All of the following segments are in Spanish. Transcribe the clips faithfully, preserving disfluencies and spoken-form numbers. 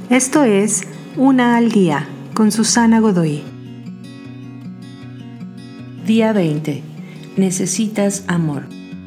Esto es Una al Día con Susana Godoy. Día veinte. Necesitas amor.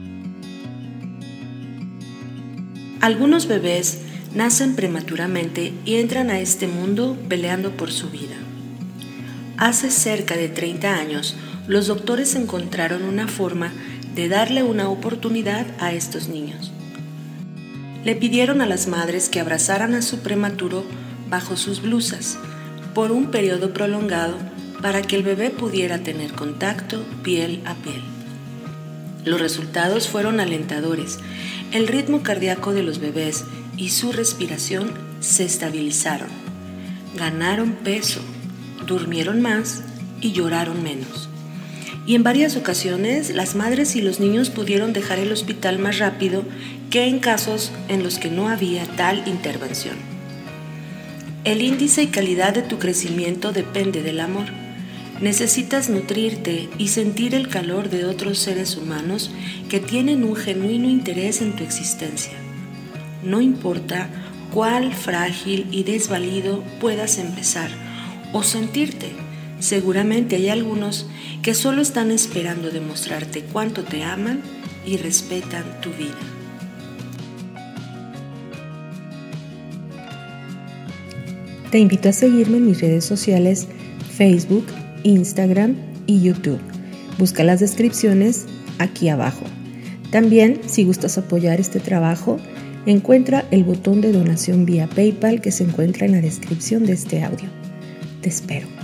Algunos bebés nacen prematuramente y entran a este mundo peleando por su vida. Hace cerca de treinta años, los doctores encontraron una forma de darle una oportunidad a estos niños. Le pidieron a las madres que abrazaran a su prematuro bajo sus blusas por un periodo prolongado para que el bebé pudiera tener contacto piel a piel. Los resultados fueron alentadores. El ritmo cardíaco de los bebés y su respiración se estabilizaron. Ganaron peso, durmieron más y lloraron menos. Y en varias ocasiones las madres y los niños pudieron dejar el hospital más rápido que en casos en los que no había tal intervención. El índice y calidad de tu crecimiento depende del amor. Necesitas nutrirte y sentir el calor de otros seres humanos que tienen un genuino interés en tu existencia. No importa cuál frágil y desvalido puedas empezar o sentirte, seguramente hay algunos que solo están esperando demostrarte cuánto te aman y respetan tu vida. Te invito a seguirme en mis redes sociales Facebook, Instagram y YouTube. Busca las descripciones aquí abajo. También, si gustas apoyar este trabajo, encuentra el botón de donación vía PayPal que se encuentra en la descripción de este audio. Te espero.